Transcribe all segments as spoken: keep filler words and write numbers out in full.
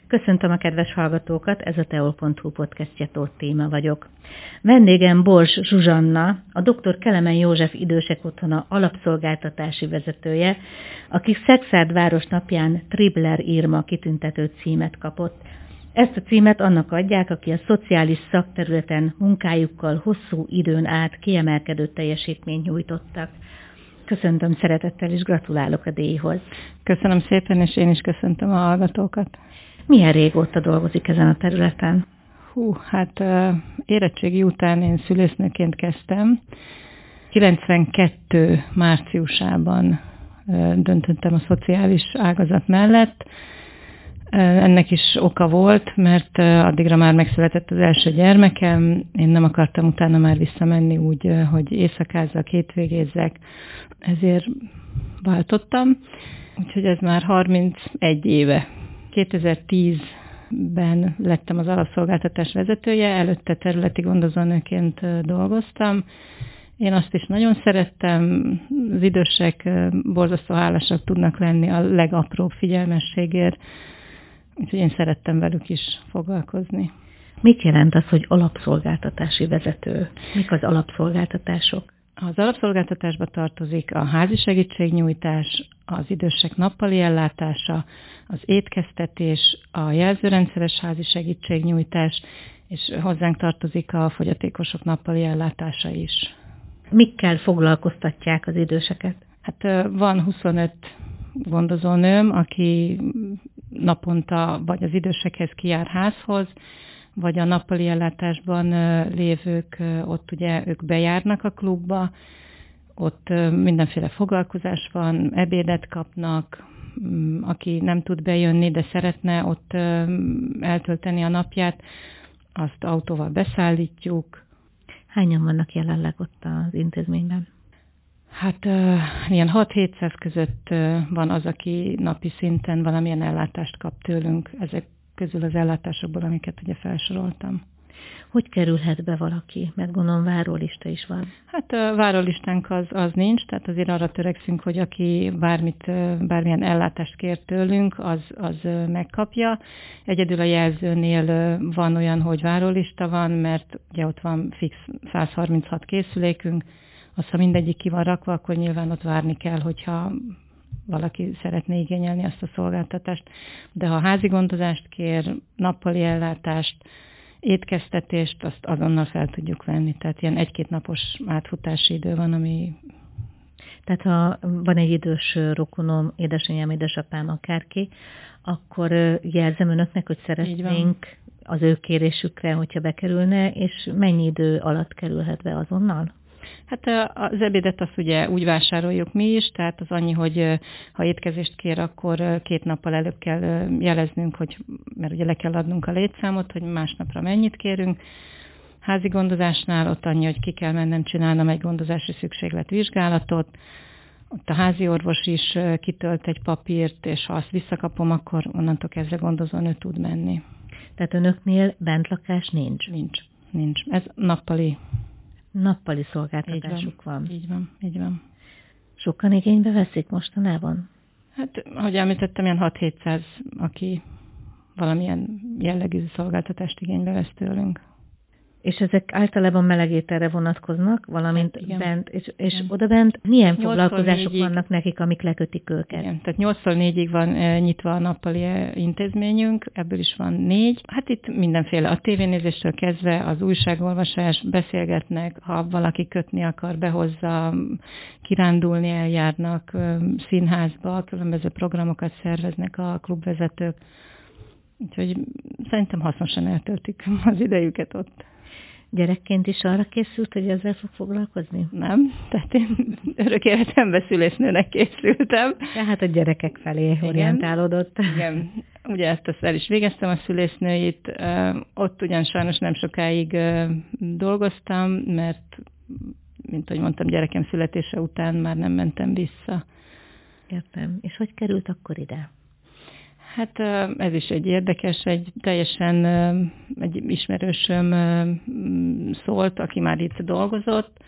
Köszöntöm a kedves hallgatókat, ez a teol pont hu podcastje, Tóth Téma vagyok. Vendégem Bors Zsuzsanna, a doktor Kelemen József Idősek Otthona alapszolgáltatási vezetője, aki Szekszárd városnapján Tribler Irma kitüntető címet kapott. Ezt a címet annak adják, aki a szociális szakterületen munkájukkal hosszú időn át kiemelkedő teljesítményt nyújtottak. Köszöntöm szeretettel, és gratulálok a díjhoz. Köszönöm szépen, és én is köszöntöm a hallgatókat. Milyen régóta dolgozik ezen a területen? Hú, hát érettségi után én szülésznőként kezdtem. kilencvenkettő márciusában döntöttem a szociális ágazat mellett. Ennek is oka volt, mert addigra már megszületett az első gyermekem, én nem akartam utána már visszamenni úgy, hogy éjszakázzak, hétvégézzek, ezért váltottam, úgyhogy ez már harmincegy éve. kétezer-tízben lettem az alapszolgáltatás vezetője, előtte területi gondozónőként dolgoztam. Én azt is nagyon szerettem, az idősek borzasztó hálásak tudnak lenni a legapróbb figyelmességért, úgyhogy én szerettem velük is foglalkozni. Mit jelent az, hogy alapszolgáltatási vezető? Mik az alapszolgáltatások? Az alapszolgáltatásba tartozik a házi segítségnyújtás, az idősek nappali ellátása, az étkeztetés, a jelzőrendszeres házi segítségnyújtás, és hozzánk tartozik a fogyatékosok nappali ellátása is. Mikkel foglalkoztatják az időseket? Hát van huszonöt gondozónőm, aki naponta vagy az idősekhez kijár házhoz, vagy a nappali ellátásban lévők, ott ugye ők bejárnak a klubba, ott mindenféle foglalkozás van, ebédet kapnak, aki nem tud bejönni, de szeretne ott eltölteni a napját, azt autóval beszállítjuk. Hányan vannak jelenleg ott az intézményben? Hát ilyen hat-hétszáz között van az, aki napi szinten valamilyen ellátást kap tőlünk, ezek közül az ellátásokból, amiket ugye felsoroltam. Hogy kerülhet be valaki? Mert gondolom várólista is van. Hát a várólistánk az, az nincs, tehát azért arra törekszünk, hogy aki bármit, bármilyen ellátást kér tőlünk, az, az megkapja. Egyedül a jelzőnél van olyan, hogy várólista van, mert ugye ott van fix száz harminchat készülékünk, az, ha mindegyik ki van rakva, akkor nyilván ott várni kell, hogyha valaki szeretné igényelni azt a szolgáltatást. De ha házi gondozást kér, nappali ellátást, étkeztetést, azt azonnal fel tudjuk venni. Tehát ilyen egy-két napos átfutási idő van, ami... Tehát ha van egy idős rokonom, édesanyám, édesapám, akárki, akkor jelzem önöknek, hogy szeretnénk az ő kérésükre, hogyha bekerülne, és mennyi idő alatt kerülhet be azonnal? Hát az ebédet azt ugye úgy vásároljuk mi is, tehát az annyi, hogy ha étkezést kér, akkor két nappal előbb kell jeleznünk, hogy, mert ugye le kell adnunk a létszámot, hogy másnapra mennyit kérünk. Házi gondozásnál ott annyi, hogy ki kell mennem, csinálnom egy gondozási szükségletvizsgálatot, ott a házi orvos is kitölt egy papírt, és ha azt visszakapom, akkor onnantól kezdve gondozónő tud menni. Tehát önöknél bentlakás nincs? Nincs, nincs. Ez nappali. Nappali szolgáltatásuk van. van. Így van, így van. Sokan igénybe veszik mostanában? Hát, ahogy említettem, ilyen hat-hétszáz, aki valamilyen jellegű szolgáltatást igénybe vesz tőlünk. És ezek általában melegételre vonatkoznak, valamint hát bent, és, és odabent milyen foglalkozások négyig vannak nekik, amik lekötik őket? Igen, tehát nyolctól négyig van e, nyitva a nappali intézményünk, ebből is van négy. Hát itt mindenféle, a tévénézéstől kezdve az újságolvasás, beszélgetnek, ha valaki kötni akar, behozza, kirándulni eljárnak, színházba, különböző programokat szerveznek a klubvezetők. Úgyhogy szerintem hasznosan eltöltik az idejüket ott. Gyerekként is arra készült, hogy ezzel fog foglalkozni? Nem, tehát én örök életemben szülésznőnek készültem. Tehát a gyerekek felé igen. Orientálódott. Igen, ugye ezt, ezt el is végeztem a szülésznőit, ott ugyan sajnos nem sokáig dolgoztam, mert, mint ahogy mondtam, gyerekem születése után már nem mentem vissza. Értem. És hogy került akkor ide? Hát ez is egy érdekes, egy teljesen egy ismerősöm szólt, aki már itt dolgozott,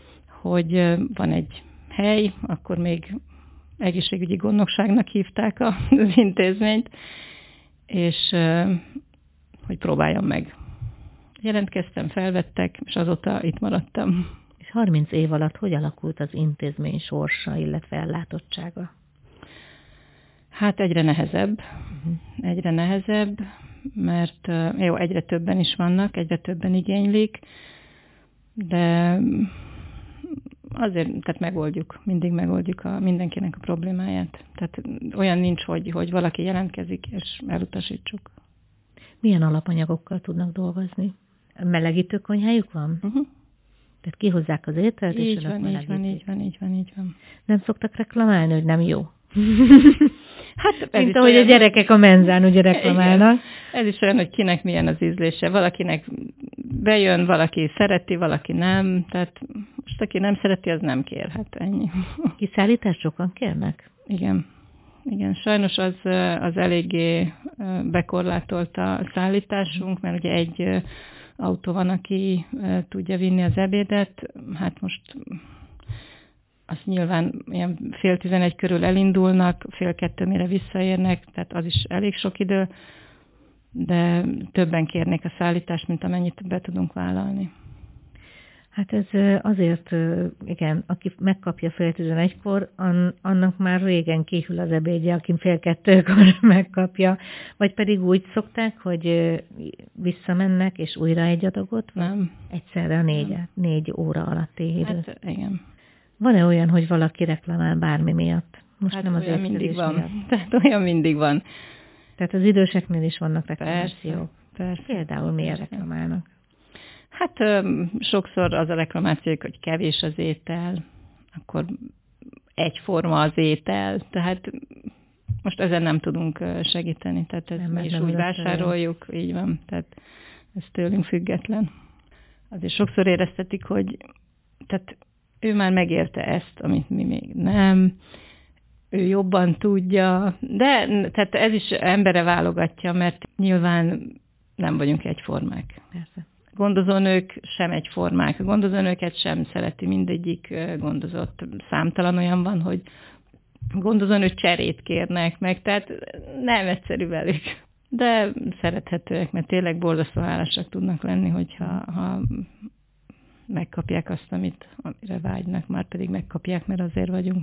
hogy van egy hely, akkor még egészségügyi gondnokságnak hívták az intézményt, és hogy próbáljam meg. Jelentkeztem, felvettek, és azóta itt maradtam. És harminc év alatt hogy alakult az intézmény sorsa, illetve ellátottsága? Hát egyre nehezebb. Uh-huh. Egyre nehezebb, mert jó, egyre többen is vannak, egyre többen igénylik, de azért, tehát megoldjuk, mindig megoldjuk a, mindenkinek a problémáját. Tehát olyan nincs, hogy, hogy valaki jelentkezik, és elutasítsuk. Milyen alapanyagokkal tudnak dolgozni? Melegítő konyhájuk van? Uh-huh. Tehát kihozzák az ételt, így és van, így van, így van, így van, így van. Nem szoktak reklamálni, hogy nem jó? Hát ez mint ahogy olyan, a gyerekek a menzán ugye reklamálnak. Igen. Ez is olyan, hogy kinek milyen az ízlése. Valakinek bejön, valaki szereti, valaki nem. Tehát most aki nem szereti, az nem kér. Hát ennyi. Kiszállítást sokan kérnek? Igen. Igen, sajnos az, az eléggé bekorlátolt a szállításunk, mert ugye egy autó van, aki tudja vinni az ebédet. Hát most azt nyilván ilyen fél tizenegy körül elindulnak, fél kettő mire visszaérnek, tehát az is elég sok idő, de többen kérnék a szállítást, mint amennyit be tudunk vállalni. Hát ez azért, igen, aki megkapja fél tizenegykor, annak már régen kihűl az ebédje, aki fél kettőkor megkapja, vagy pedig úgy szokták, hogy visszamennek, és újra egy adagot? Nem. Egyszerre a négy, négy óra alatti idő. Hát igen. Van-e olyan, hogy valaki reklamál bármi miatt? Most hát nem az olyan mindig van. Miatt. Tehát olyan mindig van. Tehát az időseknél is vannak reklamációk. Persze, persze. Például miért persze. reklamálnak? Hát ö, sokszor az a reklamációk, hogy kevés az étel, akkor egyforma az étel, tehát most ezen nem tudunk segíteni, tehát ezt nem, mi is úgy vásároljuk, olyan. Így van, tehát ez tőlünk független. Azért sokszor éreztetik, hogy tehát ő már megérte ezt, amit mi még nem, ő jobban tudja, de tehát ez is embere válogatja, mert nyilván nem vagyunk egyformák. Persze. Gondozónők sem egyformák. A gondozónőket sem szereti mindegyik gondozott. Számtalan olyan van, hogy gondozónő cserét kérnek meg, tehát nem egyszerű velük. De szerethetőek, mert tényleg borzasztó hálásak tudnak lenni, hogyha ha megkapják azt, amit, amire vágynak, már pedig megkapják, mert azért vagyunk.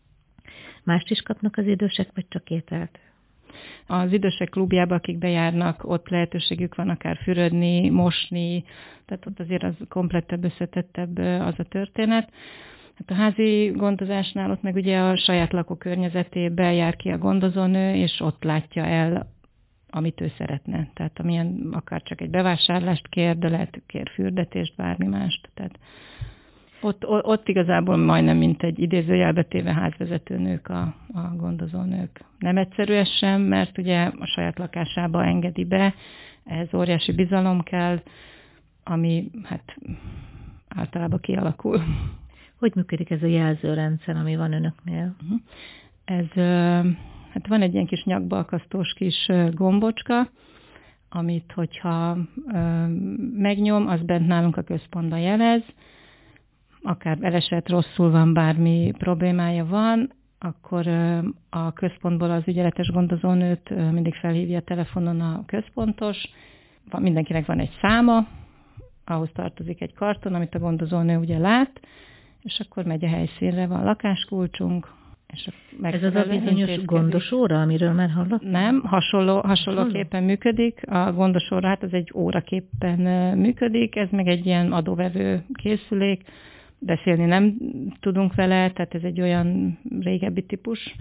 Mást is kapnak az idősek, vagy csak ételt? Az idősek klubjába, akik bejárnak, ott lehetőségük van akár fürödni, mosni, tehát ott azért az komplettebb, összetettebb az a történet. Hát a házi gondozásnál ott meg ugye a saját lakókörnyezetében jár ki a gondozónő, és ott látja el, amit ő szeretne. Tehát amilyen akár csak egy bevásárlást kér, de lehet kér fürdetést, bármi mást. Tehát ott, ott igazából majdnem, mint egy idézőjelbe téve házvezetőnők a, a gondozónők. Nem egyszerű ez sem, mert ugye a saját lakásába engedi be, ehhez óriási bizalom kell, ami hát általában kialakul. Hogy működik ez a jelzőrendszer, ami van önöknél? Ez, hát van egy ilyen kis nyakbalkasztós kis gombocska, amit hogyha megnyom, az bent nálunk a központban jelez, akár elesett, rosszul van, bármi problémája van, akkor a központból az ügyeletes gondozónőt mindig felhívja telefonon a központos. Mindenkinek van egy száma, ahhoz tartozik egy karton, amit a gondozónő ugye lát, és akkor megy a helyszínre, van lakáskulcsunk. És ez az a bizonyos gondosóra, amiről már hallottam? Nem, hasonló, hasonlóképpen működik. A gondosóra, hát ez egy óraképpen működik, ez meg egy ilyen adóvevő készülék, beszélni nem tudunk vele, tehát ez egy olyan régebbi típus,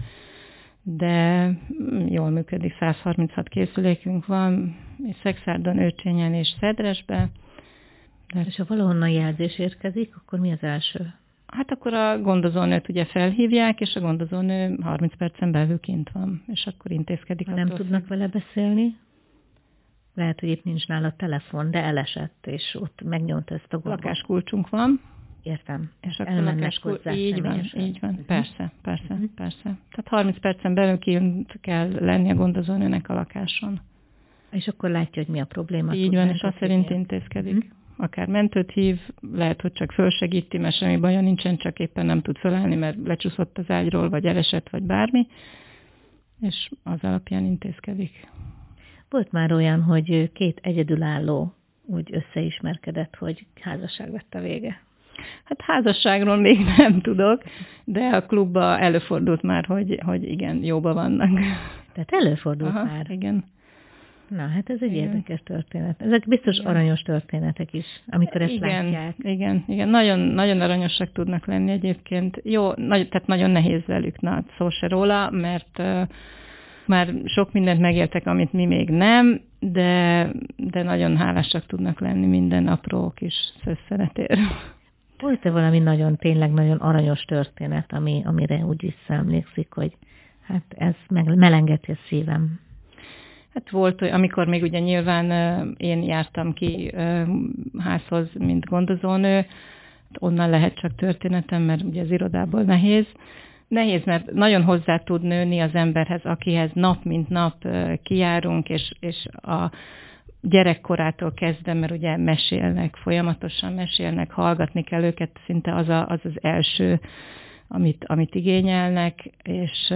de jól működik, száz harminchat készülékünk van, és Szexárdon, Őcsényen és Szedresben. De és ha valahonnan jelzés érkezik, akkor mi az első? Hát akkor a gondozónőt ugye felhívják, és a gondozónő harminc percen belül kint van, és akkor intézkedik. Ha nem tudnak vele beszélni? Lehet, hogy itt nincs nála telefon, de elesett, és ott megnyomta ezt a gombot. Lakáskulcsunk van. Értem. És akkor lakáskul... Így van, így van. Uh-huh. Persze, persze, uh-huh. persze. Tehát harminc percen belül kint kell lenni a gondozónőnek a lakáson. És akkor látja, hogy mi a probléma. Így van, és azt szerint intézkedik. Uh-huh. Akár mentőt hív, lehet, hogy csak fölsegíti, mert semmi baja nincsen, csak éppen nem tud fölállni, mert lecsúszott az ágyról, vagy elesett, vagy bármi, és az alapján intézkedik. Volt már olyan, hogy két egyedülálló úgy összeismerkedett, hogy házasság lett a vége? Hát házasságról még nem tudok, de a klubban előfordult már, hogy, hogy igen, jóba vannak. Tehát előfordult Aha, már? Igen. Na, hát ez egy igen. érdekes történet. Ezek biztos igen. aranyos történetek is, amikor ezt igen, látják. Igen, igen. Nagyon, nagyon aranyosak tudnak lenni egyébként. Jó, nagy, tehát nagyon nehéz velük, na, szó se róla, mert uh, már sok mindent megéltek, amit mi még nem, de, de nagyon hálásak tudnak lenni minden apró kis szösszenetért. Volt-e valami nagyon, tényleg nagyon aranyos történet, ami, amire úgy visszaemlékszik, hogy hát ez meg melengeti a szívem? Hát volt, amikor még ugye nyilván én jártam ki házhoz, mint gondozónő, onnan lehet csak történetem, mert ugye az irodából nehéz. Nehéz, mert nagyon hozzá tud nőni az emberhez, akihez nap mint nap kijárunk, és, és a gyerekkorától kezdve, mert ugye mesélnek, folyamatosan mesélnek, hallgatni kell őket, szinte az a, az, az első, amit, amit igényelnek, és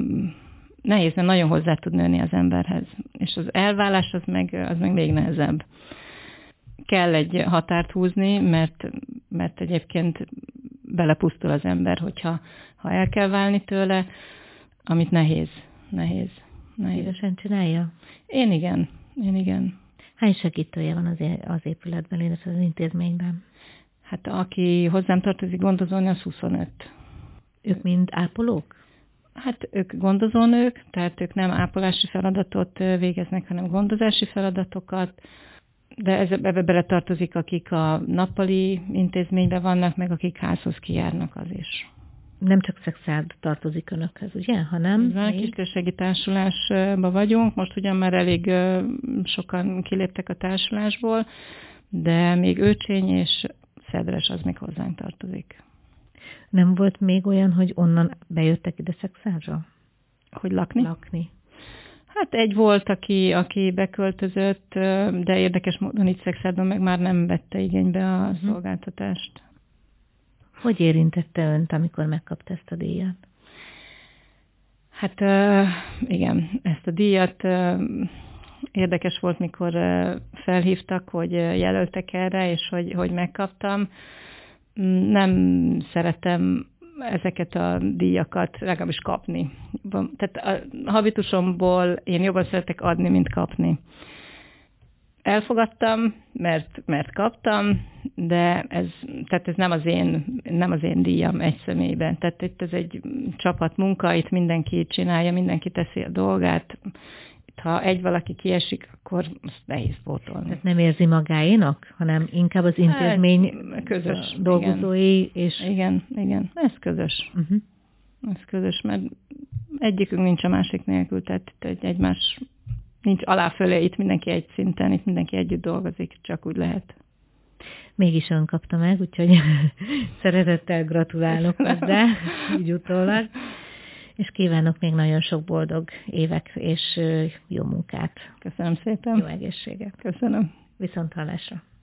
nehéz, mert nagyon hozzá tud nőni az emberhez. És az elválás az meg, az meg még nehezebb. Kell egy határt húzni, mert, mert egyébként belepusztul az ember, hogyha ha el kell válni tőle, amit nehéz. Nehéz. nehéz. Szívesen csinálja? Én igen. Én igen. Hány segítője van az, az épületben, illetve az intézményben? Hát aki hozzám tartozik gondozóni, az huszonöt. Ők mind ápolók? Hát ők gondozónők, tehát ők nem ápolási feladatot végeznek, hanem gondozási feladatokat, de ez, ebbe bele tartozik, akik a nappali intézményben vannak, meg akik házhoz kijárnak az is. Nem csak szexárd tartozik önökhez, ugye? Hanem Van, kisterségi társulásban vagyunk, most ugyan már elég sokan kiléptek a társulásból, de még Őcsény és Szedres az még hozzánk tartozik. Nem volt még olyan, hogy onnan bejöttek ide Szexárdra? Hogy lakni? Lakni. Hát egy volt, aki, aki beköltözött, de érdekes módon itt Szexárdon meg már nem vette igénybe a uh-huh. szolgáltatást. Hogy érintette önt, amikor megkapta ezt a díjat? Hát igen, ezt a díjat érdekes volt, mikor felhívtak, hogy jelöltek erre, és hogy, hogy megkaptam. Nem szeretem ezeket a díjakat legalábbis kapni. Tehát a habitusomból én jobban szeretek adni, mint kapni. Elfogadtam, mert, mert kaptam, de ez, tehát ez nem az én, nem az én díjam egy személyben. Tehát itt ez egy csapatmunka, itt mindenki csinálja, mindenki teszi a dolgát. Ha egy valaki kiesik, akkor azt nehéz pótolni. Tehát nem érzi magáénak, hanem inkább az intézmény hát, közös, dolgozói. Igen, és igen, igen. Ez közös. Uh-huh. Ez közös, mert egyikünk nincs a másik nélkül, tehát egy, egymás nincs alá-fölé, itt mindenki egy szinten, itt mindenki együtt dolgozik, csak úgy lehet. Mégis ön kapta meg, úgyhogy szeretettel gratulálok hozzá, így utólag. És kívánok még nagyon sok boldog évek és jó munkát. Köszönöm szépen. Jó egészséget. Köszönöm. Viszont hallásra.